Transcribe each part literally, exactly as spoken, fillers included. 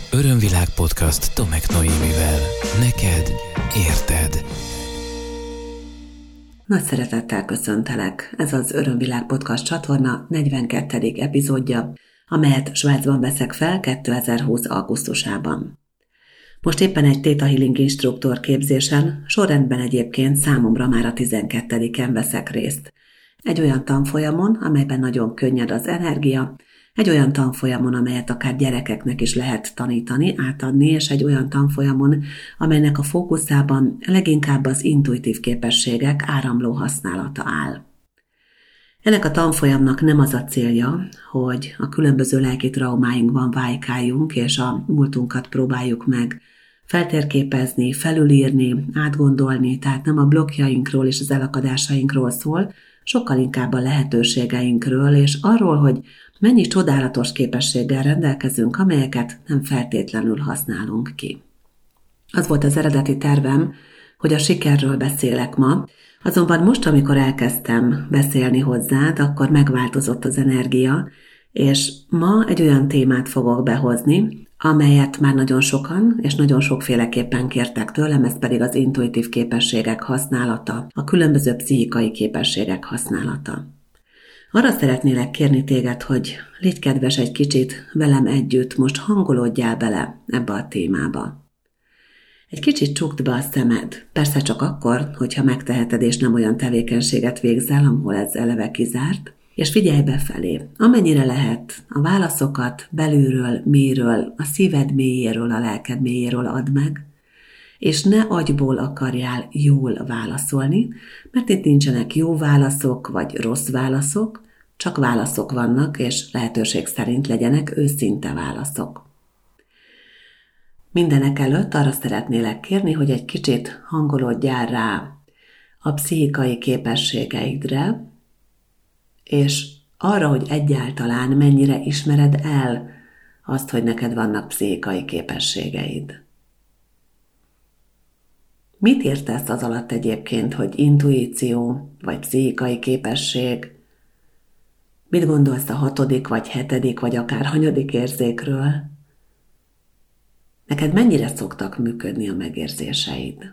Örömvilág podcast Tomek Noémivel. Neked érted. Nagy szeretettel köszöntelek. Ez az Örömvilág podcast csatorna negyvenkettedik epizódja, amelyet Svájcban veszek fel kétezer-húsz augusztusában. Most éppen egy Theta Healing instruktor képzésen, sorrendben egyébként számomra már a tizenkettediken veszek részt. Egy olyan tanfolyamon, amelyben nagyon könnyed az energia, egy olyan tanfolyamon, amelyet akár gyerekeknek is lehet tanítani, átadni, és egy olyan tanfolyamon, amelynek a fókuszában leginkább az intuitív képességek áramló használata áll. Ennek a tanfolyamnak nem az a célja, hogy a különböző lelki traumáinkban vájkáljunk, és a múltunkat próbáljuk meg feltérképezni, felülírni, átgondolni, tehát nem a blokkjainkról és az elakadásainkról szól, sokkal inkább a lehetőségeinkről, és arról, hogy mennyi csodálatos képességgel rendelkezünk, amelyeket nem feltétlenül használunk ki. Az volt az eredeti tervem, hogy a sikerről beszélek ma, azonban most, amikor elkezdtem beszélni hozzád, akkor megváltozott az energia, és ma egy olyan témát fogok behozni, amelyet már nagyon sokan és nagyon sokféleképpen kértek tőlem, ez pedig az intuitív képességek használata, a különböző pszichikai képességek használata. Arra szeretnélek kérni téged, hogy légy kedves egy kicsit velem együtt, most hangolódjál bele ebbe a témába. Egy kicsit csukd be a szemed, persze csak akkor, hogyha megteheted és nem olyan tevékenységet végzel, ahol ez eleve kizárt, és figyelj befelé, amennyire lehet, a válaszokat belülről, mélyről, a szíved mélyéről, a lelked mélyéről add meg, és ne agyból akarjál jól válaszolni, mert itt nincsenek jó válaszok vagy rossz válaszok, csak válaszok vannak, és lehetőség szerint legyenek őszinte válaszok. Mindenek előtt arra szeretnélek kérni, hogy egy kicsit hangolódjál rá a pszichikai képességeidre, és arra, hogy egyáltalán mennyire ismered el azt, hogy neked vannak pszichikai képességeid. Mit értesz az alatt egyébként, hogy intuíció vagy pszichikai képesség? Mit gondolsz a hatodik, vagy hetedik, vagy akár hanyadik érzékről? Neked mennyire szoktak működni a megérzéseid?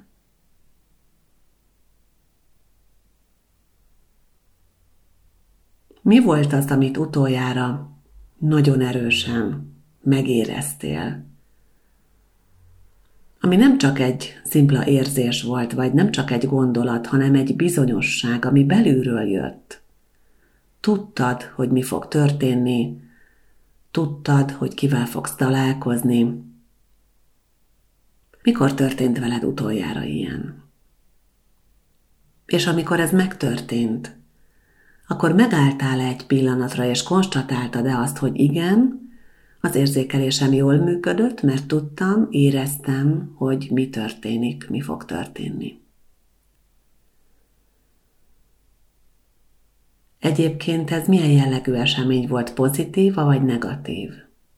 Mi volt az, amit utoljára nagyon erősen megéreztél? Ami nem csak egy szimpla érzés volt, vagy nem csak egy gondolat, hanem egy bizonyosság, ami belülről jött. Tudtad, hogy mi fog történni, tudtad, hogy kivel fogsz találkozni. Mikor történt veled utoljára ilyen? És amikor ez megtörtént, akkor megálltál egy pillanatra, és konstatáltad-e azt, hogy igen, az érzékelésem jól működött, mert tudtam, éreztem, hogy mi történik, mi fog történni. Egyébként ez milyen jellegű esemény volt, pozitíva vagy negatív?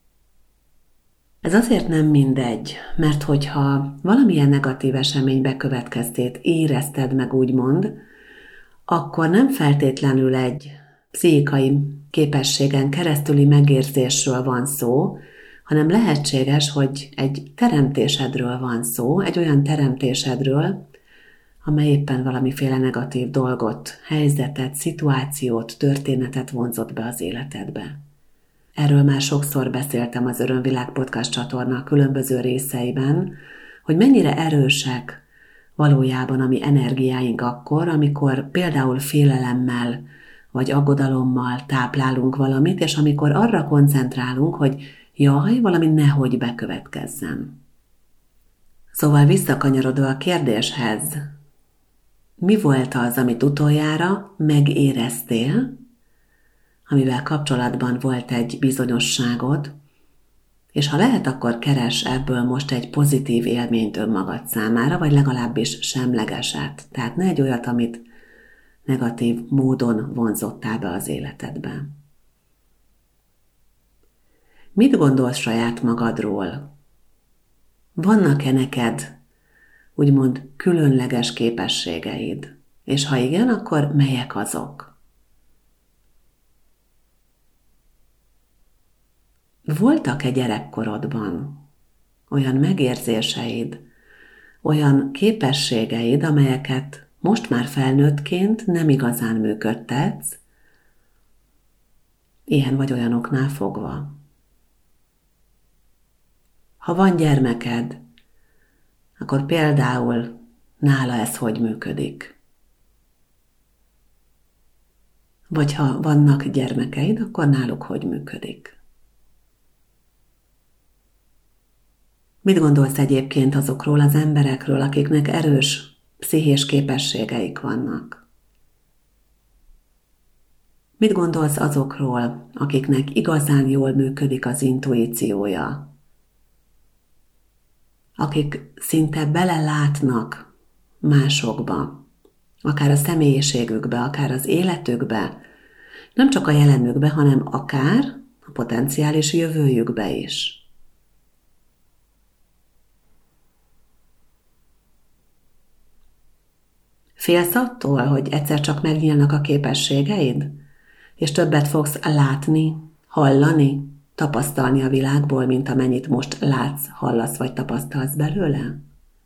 Ez azért nem mindegy, mert hogyha valamilyen negatív esemény bekövetkeztét érezted meg úgymond, akkor nem feltétlenül egy pszichikai képességen keresztüli megérzésről van szó, hanem lehetséges, hogy egy teremtésedről van szó, egy olyan teremtésedről, amely éppen valamiféle negatív dolgot, helyzetet, szituációt, történetet vonzott be az életedbe. Erről már sokszor beszéltem az Örömvilág podcast csatorna különböző részeiben, hogy mennyire erősek valójában a mi energiáink akkor, amikor például félelemmel vagy aggodalommal táplálunk valamit, és amikor arra koncentrálunk, hogy jaj, valami nehogy bekövetkezzen. Szóval visszakanyarodva a kérdéshez, mi volt az, amit utoljára megéreztél, amivel kapcsolatban volt egy bizonyosságod, és ha lehet, akkor keres ebből most egy pozitív élményt önmagad számára, vagy legalábbis semlegeset. Tehát ne egy olyat, amit negatív módon vonzottál be az életedbe. Mit gondolsz saját magadról? Vannak-e neked úgymond különleges képességeid? És ha igen, akkor melyek azok? Voltak-e gyerekkorodban olyan megérzéseid, olyan képességeid, amelyeket most már felnőttként nem igazán működtetsz, ilyen vagy olyanoknál fogva. Ha van gyermeked, akkor például nála ez hogy működik? Vagy ha vannak gyermekeid, akkor náluk hogy működik? Mit gondolsz egyébként azokról az emberekről, akiknek erős pszichés képességeik vannak? Mit gondolsz azokról, akiknek igazán jól működik az intuíciója? Akik szinte belelátnak másokba, akár a személyiségükbe, akár az életükbe, nem csak a jelenükbe, hanem akár a potenciális jövőjükbe is. Félsz attól, hogy egyszer csak megnyílnak a képességeid, és többet fogsz látni, hallani, tapasztalni a világból, mint amennyit most látsz, hallasz vagy tapasztalsz belőle?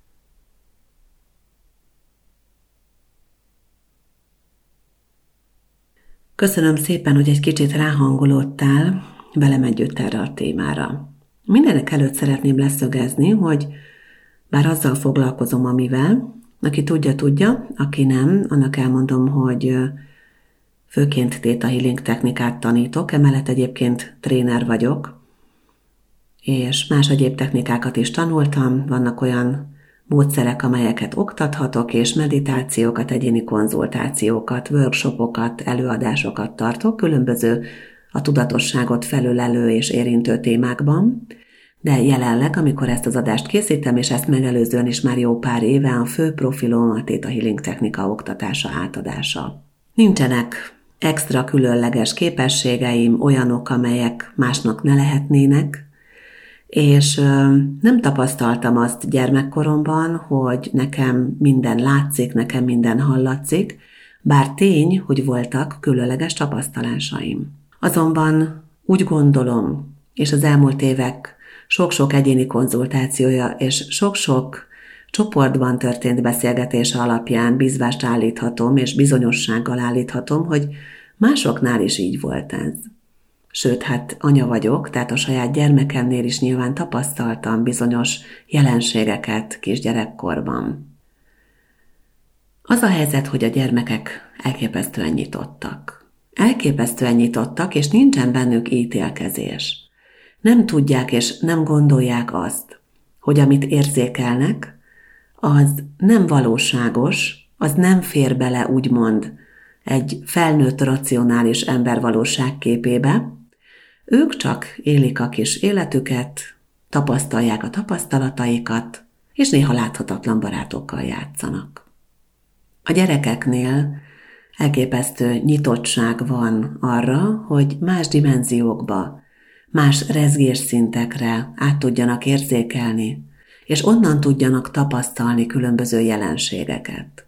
Köszönöm szépen, hogy egy kicsit ráhangolódtál velem együtt erre a témára. Mindenek előtt szeretném leszögezni, hogy bár azzal foglalkozom, amivel, aki tudja, tudja, aki nem, annak elmondom, hogy főként Theta Healing technikát tanítok, emellett egyébként tréner vagyok, és más egyéb technikákat is tanultam, vannak olyan módszerek, amelyeket oktathatok, és meditációkat, egyéni konzultációkat, workshopokat, előadásokat tartok, különböző a tudatosságot felülelő és érintő témákban, de jelenleg, amikor ezt az adást készítem, és ezt megelőzően is már jó pár éve, a fő profilom a Theta Healing technika oktatása, átadása. Nincsenek extra különleges képességeim, olyanok, amelyek másnak ne lehetnének, és nem tapasztaltam azt gyermekkoromban, hogy nekem minden látszik, nekem minden hallatszik, bár tény, hogy voltak különleges tapasztalásaim. Azonban úgy gondolom, és az elmúlt évek sok-sok egyéni konzultációja és sok-sok csoportban történt beszélgetése alapján bízvást állíthatom, és bizonyossággal állíthatom, hogy másoknál is így volt ez. Sőt, hát anya vagyok, tehát a saját gyermekemnél is nyilván tapasztaltam bizonyos jelenségeket kisgyerekkorban. Az a helyzet, hogy a gyermekek elképesztően nyitottak. Elképesztően nyitottak, és nincsen bennük ítélkezés. Nem tudják és nem gondolják azt, hogy amit érzékelnek, az nem valóságos, az nem fér bele, úgymond, egy felnőtt, racionális ember valóságképébe. Ők csak élik a kis életüket, tapasztalják a tapasztalataikat, és néha láthatatlan barátokkal játszanak. A gyerekeknél elképesztő nyitottság van arra, hogy más dimenziókba, más rezgésszintekre át tudjanak érzékelni, és onnan tudjanak tapasztalni különböző jelenségeket.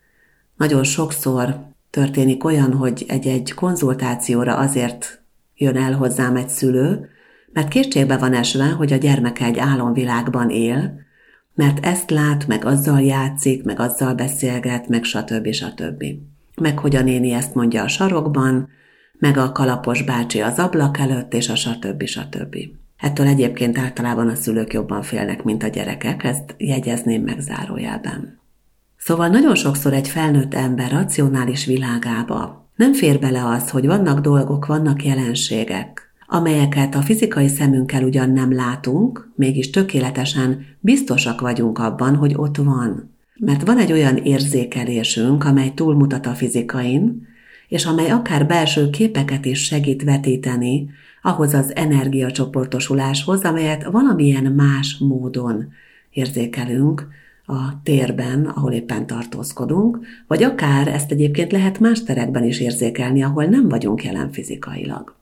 Nagyon sokszor történik olyan, hogy egy-egy konzultációra azért jön el hozzám egy szülő, mert kétségbe van esve, hogy a gyermeke egy álomvilágban él, mert ezt lát, meg azzal játszik, meg azzal beszélget, meg stb. stb. Meg hogy a néni ezt mondja a sarokban, meg a kalapos bácsi az ablak előtt, és a stb. stb. Ettől egyébként általában a szülők jobban félnek, mint a gyerekek, ezt jegyezném meg zárójelben. Szóval nagyon sokszor egy felnőtt ember racionális világába nem fér bele az, hogy vannak dolgok, vannak jelenségek, amelyeket a fizikai szemünkkel ugyan nem látunk, mégis tökéletesen biztosak vagyunk abban, hogy ott van. Mert van egy olyan érzékelésünk, amely túlmutat a fizikain, és amely akár belső képeket is segít vetíteni ahhoz az energiacsoportosuláshoz, amelyet valamilyen más módon érzékelünk a térben, ahol éppen tartózkodunk, vagy akár ezt egyébként lehet más terekben is érzékelni, ahol nem vagyunk jelen fizikailag.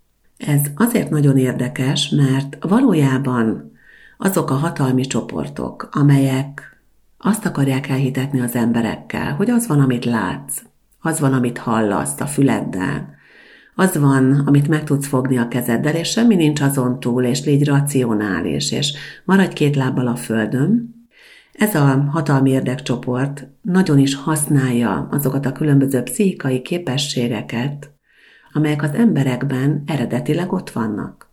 Ez azért nagyon érdekes, mert valójában azok a hatalmi csoportok, amelyek azt akarják elhitetni az emberekkel, hogy az van, amit látsz, az van, amit hallasz a füleddel, Az van, amit meg tudsz fogni a kezeddel, és semmi nincs azon túl, és légy racionális, és maradj két lábbal a földön. Ez a hatalmi érdekcsoport nagyon is használja azokat a különböző pszichikai képességeket, amelyek az emberekben eredetileg ott vannak.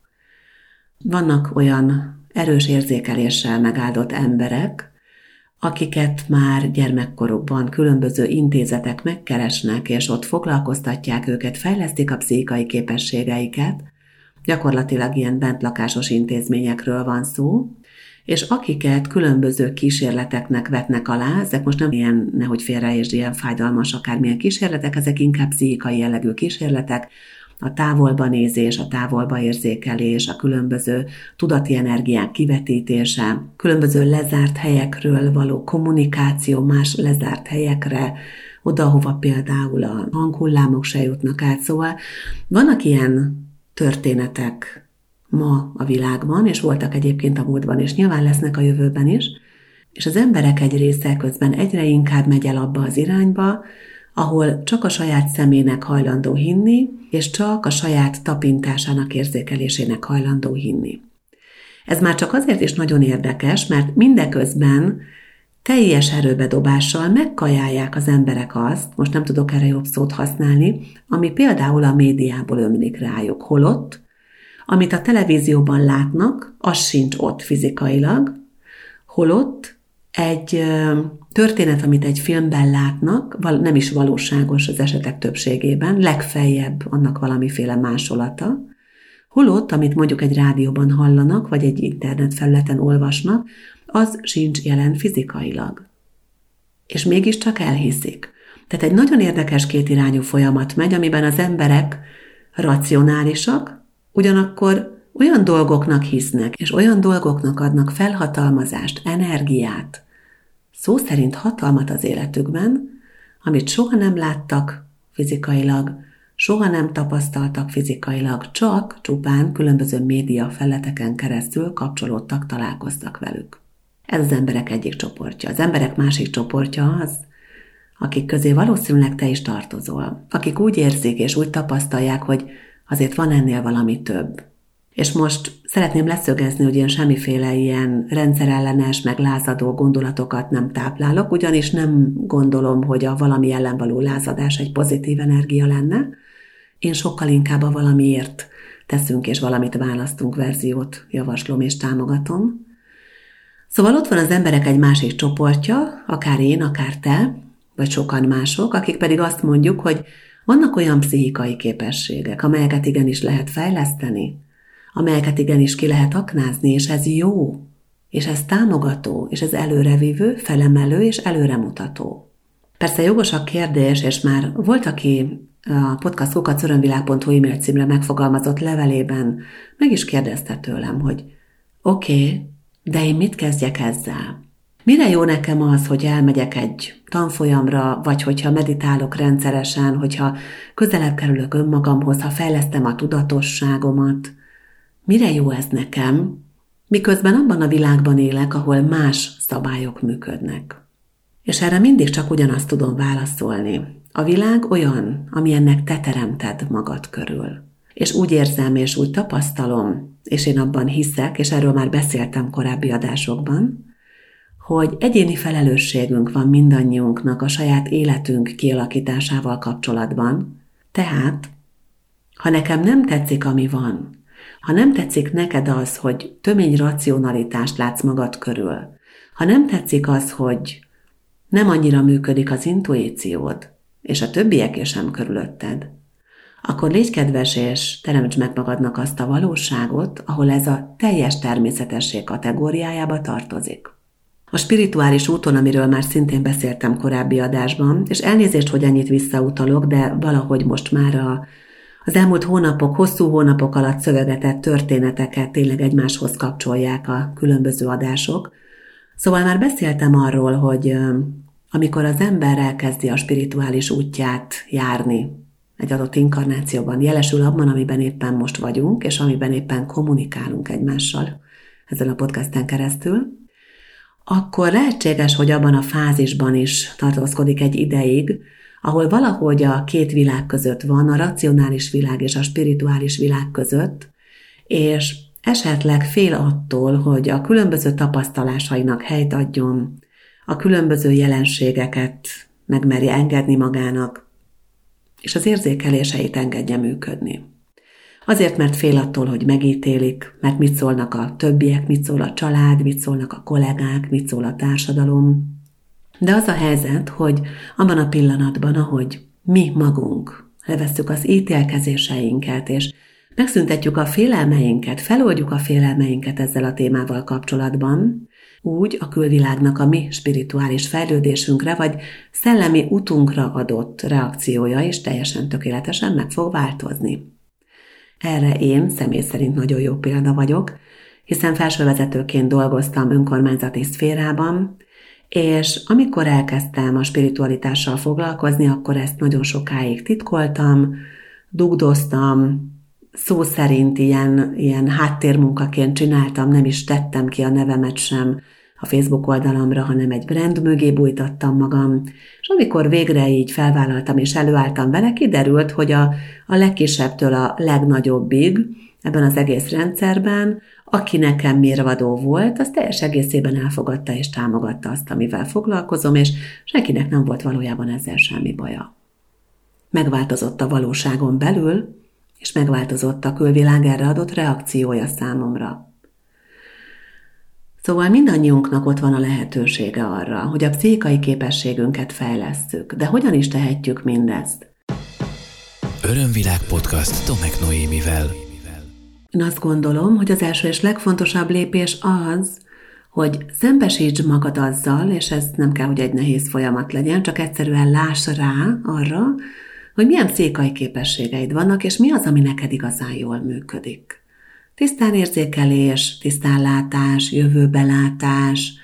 Vannak olyan erős érzékeléssel megáldott emberek, akiket már gyermekkorukban különböző intézetek megkeresnek, és ott foglalkoztatják őket, fejlesztik a pszichikai képességeiket, gyakorlatilag ilyen bentlakásos intézményekről van szó, és akiket különböző kísérleteknek vetnek alá, ezek most nem ilyen, nehogy félreértsd, ilyen fájdalmas akármilyen kísérletek, ezek inkább pszichikai jellegű kísérletek, a távolba nézés, a távolba érzékelés, a különböző tudati energiák kivetítése, különböző lezárt helyekről való kommunikáció más lezárt helyekre, oda, hova például a hanghullámok se jutnak át. Szóval vannak ilyen történetek ma a világban, és voltak egyébként a múltban, és nyilván lesznek a jövőben is, és az emberek egy része közben egyre inkább megy el abba az irányba, ahol csak a saját szemének hajlandó hinni, és csak a saját tapintásának érzékelésének hajlandó hinni. Ez már csak azért is nagyon érdekes, mert mindeközben teljes erőbedobással megkajálják az emberek azt, most nem tudok erre jobb szót használni, ami például a médiából ömlik rájuk, holott, amit a televízióban látnak, az sincs ott fizikailag, holott egy történet, amit egy filmben látnak, nem is valóságos az esetek többségében, legfeljebb annak valamiféle másolata, holott, amit mondjuk egy rádióban hallanak, vagy egy internet felületen olvasnak, az sincs jelen fizikailag. És mégiscsak elhiszik. Tehát egy nagyon érdekes kétirányú folyamat megy, amiben az emberek racionálisak, ugyanakkor olyan dolgoknak hisznek, és olyan dolgoknak adnak felhatalmazást, energiát, szó szerint hatalmat az életükben, amit soha nem láttak fizikailag, soha nem tapasztaltak fizikailag, csak csupán különböző média felületeken keresztül kapcsolódtak, találkoztak velük. Ez az emberek egyik csoportja. Az emberek másik csoportja az, akik közé valószínűleg te is tartozol, akik úgy érzik és úgy tapasztalják, hogy azért van ennél valami több. És most szeretném leszögezni, hogy én semmiféle ilyen rendszerellenes, meg lázadó gondolatokat nem táplálok, ugyanis nem gondolom, hogy a valami ellen való lázadás egy pozitív energia lenne. Én sokkal inkább a valamiért teszünk és valamit választunk verziót javaslom és támogatom. Szóval ott van az emberek egy másik csoportja, akár én, akár te, vagy sokan mások, akik pedig azt mondjuk, hogy vannak olyan pszichikai képességek, amelyeket igenis lehet fejleszteni, amelyeket igenis ki lehet aknázni, és ez jó, és ez támogató, és ez előrevívő, felemelő és előremutató. Persze jogos a kérdés, és már volt, aki a podcast kukac örömvilág pont hu e-mail címre megfogalmazott levelében meg is kérdezte tőlem, hogy oké, okay, de én mit kezdjek ezzel? Mire jó nekem az, hogy elmegyek egy tanfolyamra, vagy hogyha meditálok rendszeresen, hogyha közelebb kerülök önmagamhoz, ha fejlesztem a tudatosságomat? Mire jó ez nekem, miközben abban a világban élek, ahol más szabályok működnek? És erre mindig csak ugyanazt tudom válaszolni. A világ olyan, amilyennek te teremted magad körül. És úgy érzem, és úgy tapasztalom, és én abban hiszek, és erről már beszéltem korábbi adásokban, hogy egyéni felelősségünk van mindannyiunknak a saját életünk kialakításával kapcsolatban. Tehát, ha nekem nem tetszik, ami van, ha nem tetszik neked az, hogy tömény racionalitást látsz magad körül, ha nem tetszik az, hogy nem annyira működik az intuíciód, és a többieké sem körülötted, akkor légy kedves és teremtsd meg magadnak azt a valóságot, ahol ez a teljes természetesség kategóriájába tartozik. A spirituális úton, amiről már szintén beszéltem korábbi adásban, és elnézést, hogy ennyit visszautalok, de valahogy most már a, az elmúlt hónapok, hosszú hónapok alatt szövegetett történeteket tényleg egymáshoz kapcsolják a különböző adások. Szóval már beszéltem arról, hogy amikor az ember elkezdi a spirituális útját járni egy adott inkarnációban, jelesül abban, amiben éppen most vagyunk, és amiben éppen kommunikálunk egymással ezen a podcasten keresztül, akkor lehetséges, hogy abban a fázisban is tartózkodik egy ideig, ahol valahogy a két világ között van, a racionális világ és a spirituális világ között, és esetleg fél attól, hogy a különböző tapasztalásainak helyt adjon, a különböző jelenségeket megmerje engedni magának, és az érzékeléseit engedje működni. Azért, mert fél attól, hogy megítélik, mert mit szólnak a többiek, mit szól a család, mit szólnak a kollégák, mit szól a társadalom. De az a helyzet, hogy abban a pillanatban, ahogy mi magunk levesszük az ítélkezéseinket, és megszüntetjük a félelmeinket, feloldjuk a félelmeinket ezzel a témával kapcsolatban, úgy a külvilágnak a mi spirituális fejlődésünkre, vagy szellemi utunkra adott reakciója is teljesen tökéletesen meg fog változni. Erre én személy szerint nagyon jó példa vagyok, hiszen felsővezetőként dolgoztam önkormányzati szférában, és amikor elkezdtem a spiritualitással foglalkozni, akkor ezt nagyon sokáig titkoltam, dugdoztam, szó szerint ilyen, ilyen háttérmunkaként csináltam, nem is tettem ki a nevemet sem a Facebook oldalamra, hanem egy brand mögé bújtattam magam, és amikor végre így felvállaltam és előálltam vele, kiderült, hogy a, a legkisebbtől a legnagyobbig ebben az egész rendszerben, aki nekem mérvadó volt, az teljes egészében elfogadta és támogatta azt, amivel foglalkozom, és senkinek nem volt valójában ezzel semmi baja. Megváltozott a valóságon belül, és megváltozott a külvilág erre adott reakciója számomra. Szóval mindannyiunknak ott van a lehetősége arra, hogy a pszichikai képességünket fejlesszük, de hogyan is tehetjük mindezt? Örömvilág podcast Tomek Noémivel. Én azt gondolom, hogy az első és legfontosabb lépés az, hogy szembesítsd magad azzal, és ez nem kell, hogy egy nehéz folyamat legyen, csak egyszerűen láss rá arra, hogy milyen pszichikai képességeid vannak, és mi az, ami neked igazán jól működik. Tisztán érzékelés, tisztán látás, jövőbelátás,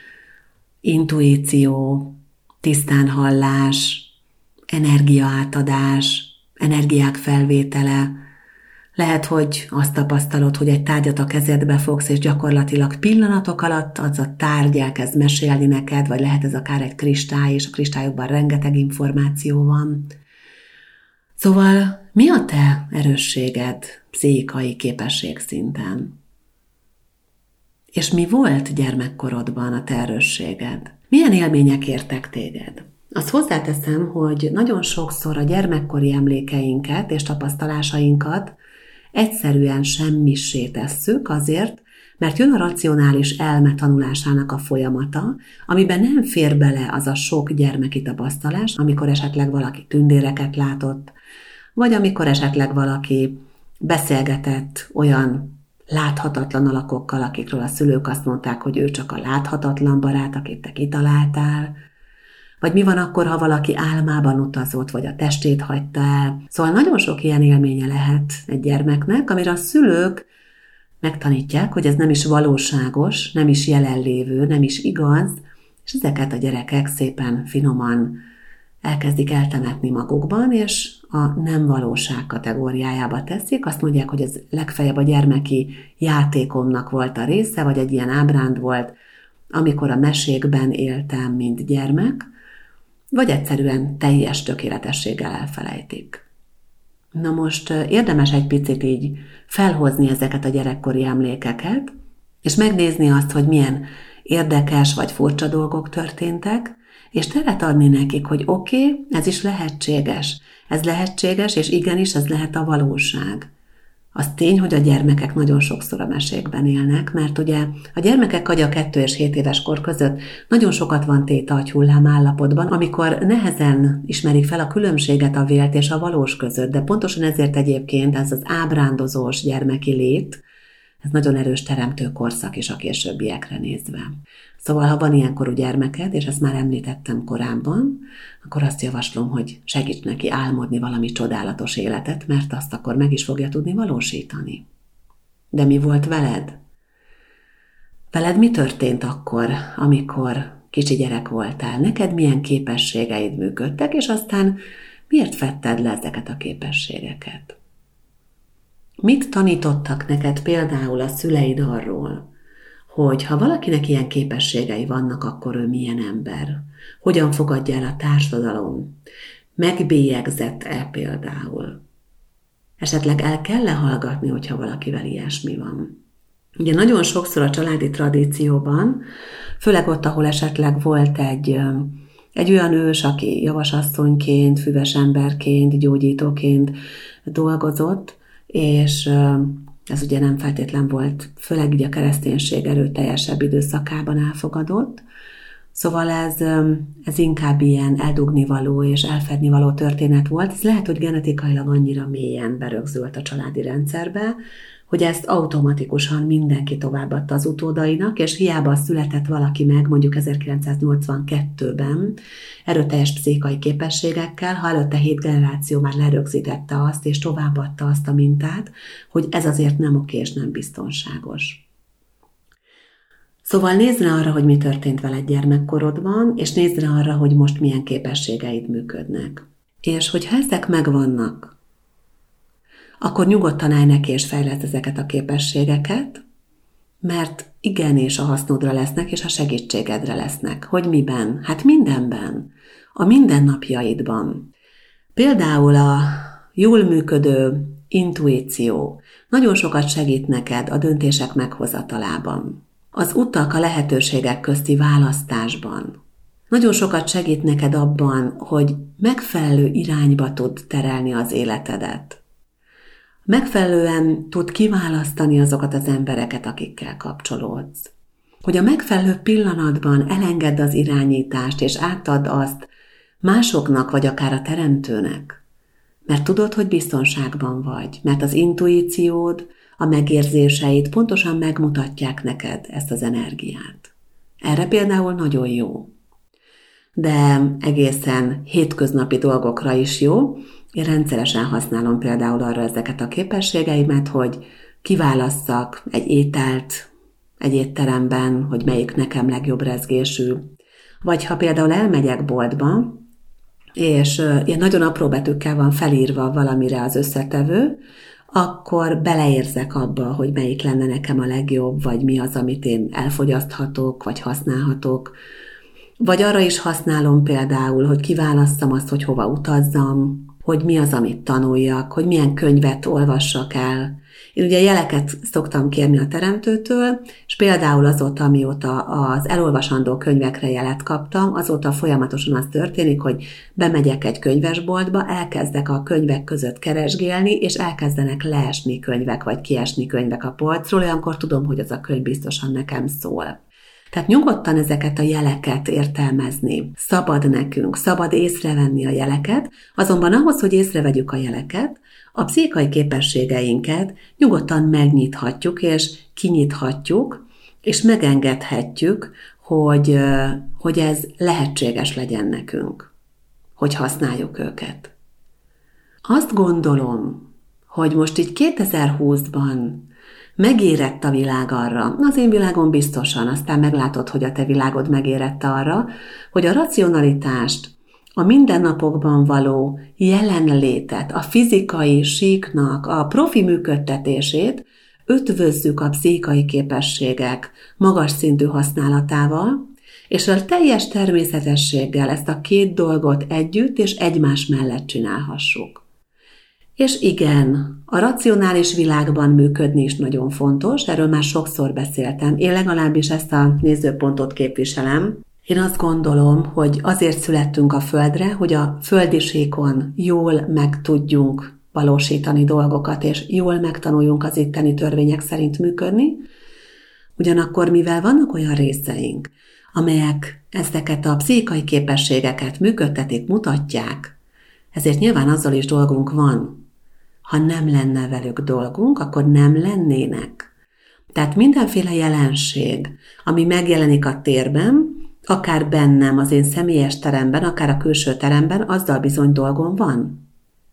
intuíció, tisztán hallás, energiaátadás, energiák felvétele. Lehet, hogy azt tapasztalod, hogy egy tárgyat a kezedbe fogsz, és gyakorlatilag pillanatok alatt az a tárgy elkezd mesélni neked, vagy lehet ez akár egy kristály, és a kristályokban rengeteg információ van. Szóval mi a te erősséged pszichikai képességszinten? És mi volt gyermekkorodban a te erősséged? Milyen élmények értek téged? Azt hozzáteszem, hogy nagyon sokszor a gyermekkori emlékeinket és tapasztalásainkat egyszerűen semmissé tesszük azért, mert jön a racionális elme tanulásának a folyamata, amiben nem fér bele az a sok gyermeki tapasztalás, amikor esetleg valaki tündéreket látott, vagy amikor esetleg valaki beszélgetett olyan láthatatlan alakokkal, akikről a szülők azt mondták, hogy ő csak a láthatatlan barát, akit te kitaláltál, vagy mi van akkor, ha valaki álmában utazott, vagy a testét hagyta el. Szóval nagyon sok ilyen élménye lehet egy gyermeknek, amire a szülők megtanítják, hogy ez nem is valóságos, nem is jelenlévő, nem is igaz, és ezeket a gyerekek szépen finoman elkezdik eltemetni magukban, és a nem valóság kategóriájába teszik. Azt mondják, hogy ez legfeljebb a gyermeki játékomnak volt a része, vagy egy ilyen ábránd volt, amikor a mesékben éltem, mint gyermek, vagy egyszerűen teljes tökéletességgel elfelejtik. Na most érdemes egy picit így felhozni ezeket a gyerekkori emlékeket, és megnézni azt, hogy milyen érdekes vagy furcsa dolgok történtek, és teret adni nekik, hogy oké, okay, ez is lehetséges. Ez lehetséges, és igenis ez lehet a valóság. Az tény, hogy a gyermekek nagyon sokszor a mesékben élnek, mert ugye a gyermekek agya kettő és hét éves kor között nagyon sokat van téta agyhullám állapotban, amikor nehezen ismerik fel a különbséget a vélt és a valós között, de pontosan ezért egyébként ez az ábrándozós gyermeki lét, ez nagyon erős teremtő korszak is a későbbiekre nézve. Szóval, ha van ilyenkorú gyermeked, és ezt már említettem korábban, akkor azt javaslom, hogy segíts neki álmodni valami csodálatos életet, mert azt akkor meg is fogja tudni valósítani. De mi volt veled? Veled mi történt akkor, amikor kicsi gyerek voltál? Neked milyen képességeid működtek, és aztán miért fetted le ezeket a képességeket? Mit tanítottak neked például a szüleid arról, hogy ha valakinek ilyen képességei vannak, akkor ő milyen ember? Hogyan fogadja el a társadalom? Megbélyegzett-e például? Esetleg el kell-e hallgatni, hogyha valakivel ilyesmi van? Ugye nagyon sokszor a családi tradícióban, főleg ott, ahol esetleg volt egy, egy olyan ős, aki javasasszonyként, füves emberként, gyógyítóként dolgozott, és ez ugye nem feltétlen volt, főleg így a kereszténység erőteljesebb időszakában elfogadott. Szóval ez, ez inkább ilyen eldugnivaló és elfednivaló történet volt. Ez lehet, hogy genetikailag annyira mélyen berögzült a családi rendszerbe, hogy ezt automatikusan mindenki továbbadta az utódainak, és hiába született valaki meg mondjuk ezerkilencszáznyolcvankettőben erőteljes pszichai képességekkel, ha előtte hét generáció már lerögzítette azt, és továbbadta azt a mintát, hogy ez azért nem oké és nem biztonságos. Szóval nézd rá arra, hogy mi történt veled gyermekkorodban, és nézd rá arra, hogy most milyen képességeid működnek. És hogyha ezek megvannak, akkor nyugodtan állj neki és fejleszd ezeket a képességeket, mert igenis a hasznodra lesznek, és a segítségedre lesznek. Hogy miben? Hát mindenben. A mindennapjaidban. Például a jól működő intuíció nagyon sokat segít neked a döntések meghozatalában. Az utak, a lehetőségek közti választásban. Nagyon sokat segít neked abban, hogy megfelelő irányba tud terelni az életedet. Megfelelően tud kiválasztani azokat az embereket, akikkel kapcsolódsz. Hogy a megfelelő pillanatban elengedd az irányítást, és átadd azt másoknak, vagy akár a teremtőnek. Mert tudod, hogy biztonságban vagy, mert az intuíciód, a megérzéseid pontosan megmutatják neked ezt az energiát. Erre például nagyon jó. De egészen hétköznapi dolgokra is jó. Én rendszeresen használom például arra ezeket a képességeimet, hogy kiválasszak egy ételt egy étteremben, hogy melyik nekem legjobb rezgésű. Vagy ha például elmegyek boltba, és ilyen nagyon apró betűkkel van felírva valamire az összetevő, akkor beleérzek abba, hogy melyik lenne nekem a legjobb, vagy mi az, amit én elfogyaszthatok, vagy használhatok. Vagy arra is használom például, hogy kiválasszam azt, hogy hova utazzam, hogy mi az, amit tanuljak, hogy milyen könyvet olvassak el. Én ugye jeleket szoktam kérni a teremtőtől, és például azóta, amióta az elolvasandó könyvekre jelet kaptam, azóta folyamatosan az történik, hogy bemegyek egy könyvesboltba, elkezdek a könyvek között keresgélni, és elkezdenek leesni könyvek, vagy kiesni könyvek a polcról, olyankor tudom, hogy az a könyv biztosan nekem szól. Tehát nyugodtan ezeket a jeleket értelmezni. Szabad nekünk, szabad észrevenni a jeleket, azonban ahhoz, hogy észrevegyük a jeleket, a pszichai képességeinket nyugodtan megnyithatjuk, és kinyithatjuk, és megengedhetjük, hogy, hogy ez lehetséges legyen nekünk, hogy használjuk őket. Azt gondolom, hogy most így kétezer-húszban megérett a világ arra, az én világom biztosan, aztán meglátod, hogy a te világod megérett arra, hogy a racionalitást, a mindennapokban való jelenlétet, a fizikai síknak a profi működtetését ötvözzük a pszichai képességek magas szintű használatával, és a teljes természetességgel ezt a két dolgot együtt és egymás mellett csinálhassuk. És igen, a racionális világban működni is nagyon fontos, erről már sokszor beszéltem, én legalábbis ezt a nézőpontot képviselem. Én azt gondolom, hogy azért születtünk a Földre, hogy a földi síkon jól meg tudjunk valósítani dolgokat, és jól megtanuljunk az itteni törvények szerint működni. Ugyanakkor, mivel vannak olyan részeink, amelyek ezeket a pszichai képességeket működtetik, mutatják, ezért nyilván azzal is dolgunk van. Ha nem lenne velük dolgunk, akkor nem lennének. Tehát mindenféle jelenség, ami megjelenik a térben, akár bennem, az én személyes teremben, akár a külső teremben, azzal bizony dolgom van.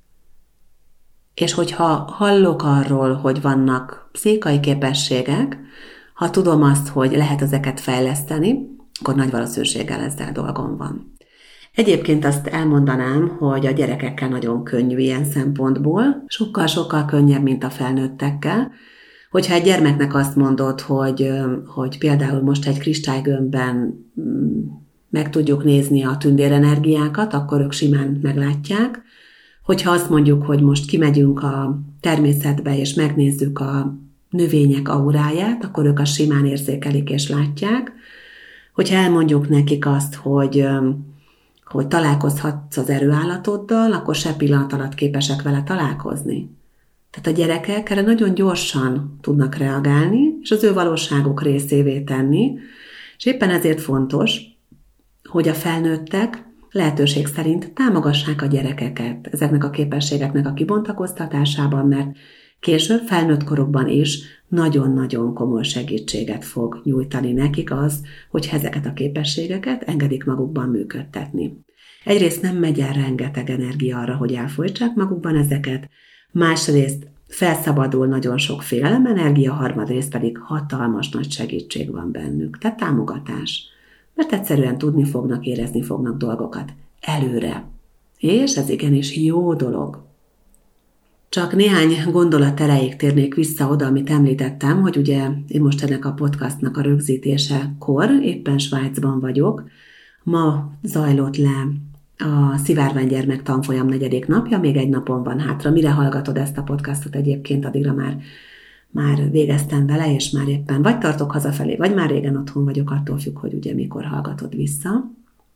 És hogyha hallok arról, hogy vannak pszichai képességek, ha tudom azt, hogy lehet ezeket fejleszteni, akkor nagy valószínűséggel ezzel dolgom van. Egyébként azt elmondanám, hogy a gyerekekkel nagyon könnyű ilyen szempontból, sokkal-sokkal könnyebb, mint a felnőttekkel. Hogyha egy gyermeknek azt mondod, hogy, hogy például most egy kristálygömbben meg tudjuk nézni a tündérenergiákat, akkor ők simán meglátják. Hogyha azt mondjuk, hogy most kimegyünk a természetbe, és megnézzük a növények auráját, akkor ők azt simán érzékelik és látják. Hogyha elmondjuk nekik azt, hogy, hogy találkozhatsz az erőállatoddal, akkor se pillanat alatt képesek vele találkozni. Tehát a gyerekek erre nagyon gyorsan tudnak reagálni, és az ő valóságuk részévé tenni, és éppen ezért fontos, hogy a felnőttek lehetőség szerint támogassák a gyerekeket ezeknek a képességeknek a kibontakoztatásában, mert később felnőtt korukban is nagyon-nagyon komoly segítséget fog nyújtani nekik az, hogy ezeket a képességeket engedik magukban működtetni. Egyrészt nem megy el rengeteg energia arra, hogy elfolytsák magukban ezeket, másrészt felszabadul nagyon sok félelemenergia, harmadrészt pedig hatalmas nagy segítség van bennük, tehát támogatás. Mert egyszerűen tudni fognak, érezni fognak dolgokat előre. És ez igenis jó dolog. Csak néhány gondolat erejéig térnék vissza oda, amit említettem, hogy ugye én most ennek a podcastnak a rögzítésekor éppen Svájcban vagyok. Ma zajlott le a Szivárványgyermek tanfolyam negyedik napja, még egy napon van hátra. Mire hallgatod ezt a podcastot egyébként, addigra már, már végeztem vele, és már éppen vagy tartok hazafelé, vagy már régen otthon vagyok, attól függ, hogy ugye mikor hallgatod vissza.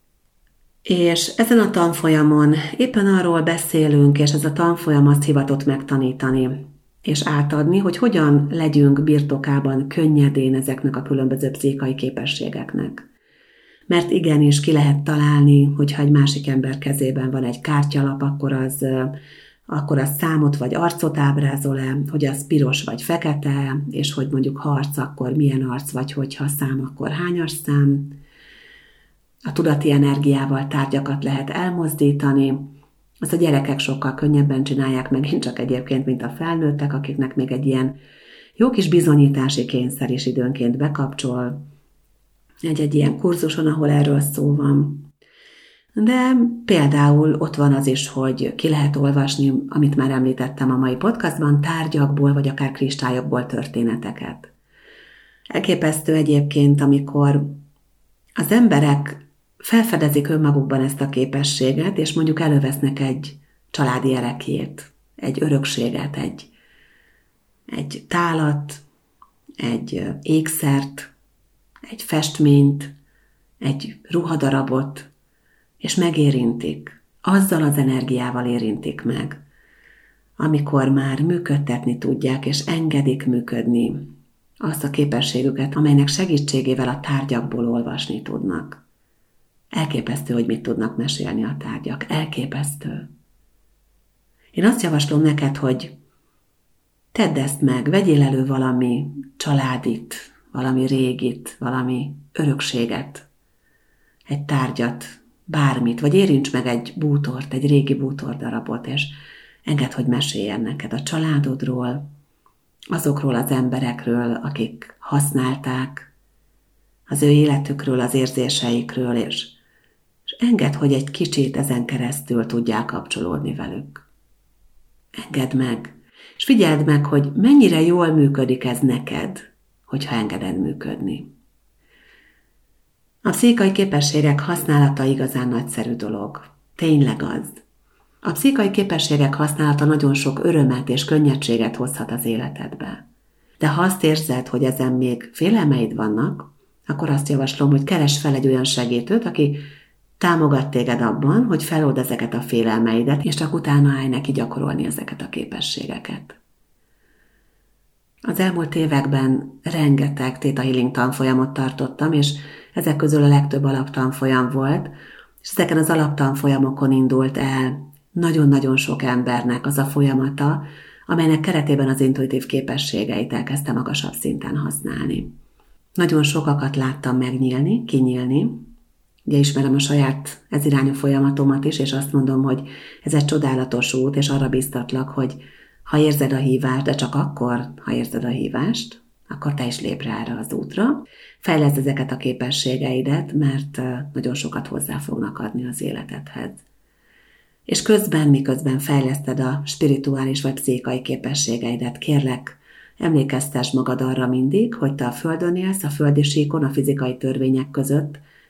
És ezen a tanfolyamon éppen arról beszélünk, és ez a tanfolyam azt hivatott megtanítani, és átadni, hogy hogyan legyünk birtokában könnyedén ezeknek a különböző pszichai képességeknek. Mert igenis ki lehet találni, hogyha egy másik ember kezében van egy kártyalap, akkor az, akkor az számot vagy arcot ábrázol-e, hogy az piros vagy fekete, és hogy mondjuk ha arc, akkor milyen arc, vagy hogyha szám, akkor hányas szám. A tudati energiával tárgyakat lehet elmozdítani. Azt a gyerekek sokkal könnyebben csinálják megint csak egyébként, mint a felnőttek, akiknek még egy ilyen jó kis bizonyítási kényszer is időnként bekapcsol. Egy-egy ilyen kurzuson, ahol erről szó van. De például ott van az is, hogy ki lehet olvasni, amit már említettem a mai podcastban, tárgyakból vagy akár kristályokból történeteket. Elképesztő egyébként, amikor az emberek felfedezik önmagukban ezt a képességet, és mondjuk elővesznek egy családi ereklyét, egy örökséget, egy, egy tálat, egy ékszert, egy festményt, egy ruhadarabot, és megérintik. Azzal az energiával érintik meg, amikor már működtetni tudják, és engedik működni azt a képességüket, amelynek segítségével a tárgyakból olvasni tudnak. Elképesztő, hogy mit tudnak mesélni a tárgyak. Elképesztő. Én azt javaslom neked, hogy tedd ezt meg, vegyél elő valami családit, valami régit, valami örökséget, egy tárgyat, bármit, vagy érints meg egy bútort, egy régi bútordarabot, és engedd, hogy meséljen neked a családodról, azokról az emberekről, akik használták, az ő életükről, az érzéseikről, és, és engedd, hogy egy kicsit ezen keresztül tudjál kapcsolódni velük. Engedd meg, és figyeld meg, hogy mennyire jól működik ez neked, hogyha engeded működni. A pszichai képességek használata igazán nagyszerű dolog. Tényleg az. A pszichai képességek használata nagyon sok örömet és könnyedséget hozhat az életedbe. De ha azt érzed, hogy ezen még félelmeid vannak, akkor azt javaslom, hogy keresd fel egy olyan segítőt, aki támogat téged abban, hogy felold ezeket a félelmeidet, és csak utána állj neki gyakorolni ezeket a képességeket. Az elmúlt években rengeteg Theta Healing tanfolyamot tartottam, és ezek közül a legtöbb alaptanfolyam volt, és ezeken az alaptanfolyamokon indult el nagyon-nagyon sok embernek az a folyamata, amelynek keretében az intuitív képességeit elkezdte magasabb szinten használni. Nagyon sokakat láttam megnyílni, kinyílni. Ugye ismerem a saját ez irányú folyamatomat is, és azt mondom, hogy ez egy csodálatos út, és arra biztatlak, hogy ha érzed a hívást, de csak akkor, ha érzed a hívást, akkor te is lépj rá erre az útra. Fejleszd ezeket a képességeidet, mert nagyon sokat hozzá fognak adni az életedhez. És közben, miközben fejleszted a spirituális vagy pszichai képességeidet, kérlek, emlékeztess magad arra mindig, hogy te a Földön élsz, a földi síkon, a fizikai törvények között,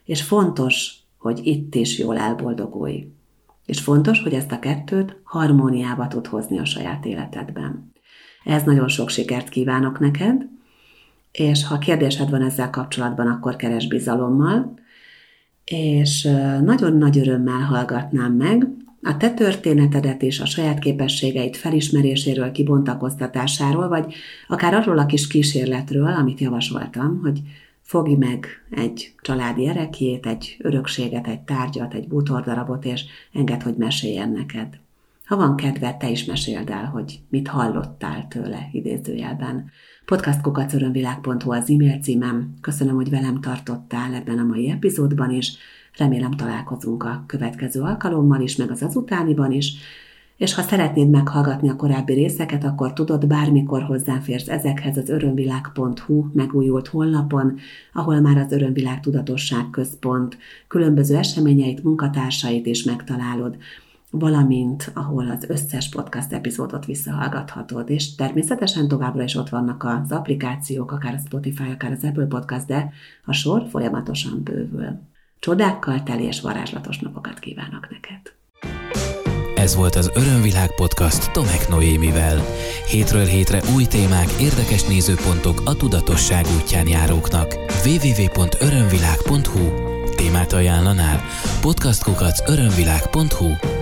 és fontos, hogy itt is jól elboldogulj. És fontos, hogy ezt a kettőt harmóniába tud hozni a saját életedben. Ehhez nagyon sok sikert kívánok neked, és ha kérdésed van ezzel kapcsolatban, akkor keresd bizalommal, és nagyon nagy örömmel hallgatnám meg a te történetedet és a saját képességeid felismeréséről, kibontakoztatásáról, vagy akár arról a kis kísérletről, amit javasoltam, hogy fogj meg egy családi ereklyét, egy örökséget, egy tárgyat, egy bútordarabot, és engedd, hogy meséljen neked. Ha van kedved, te is meséld el, hogy mit hallottál tőle, idézőjelben. podcast kukac örömvilág pont hu az e-mail címem. Köszönöm, hogy velem tartottál ebben a mai epizódban is. Remélem találkozunk a következő alkalommal is, meg az azutániban is. És ha szeretnéd meghallgatni a korábbi részeket, akkor tudod, bármikor hozzáférsz ezekhez az örömvilág pont hu megújult honlapon, ahol már az Örömvilág Tudatosság Központ különböző eseményeit, munkatársait is megtalálod, valamint ahol az összes podcast epizódot visszahallgathatod, és természetesen továbbra is ott vannak az applikációk, akár a Spotify, akár az Apple Podcast, de a sor folyamatosan bővül. Csodákkal teli és varázslatos napokat kívánok neked! Ez volt az Örömvilág Podcast Tomek Noémivel. Hétről hétre új témák, érdekes nézőpontok a tudatosság útján járóknak. double-u double-u double-u pont örömvilág pont hu Témát ajánlanál? podcast kukac örömvilág pont hu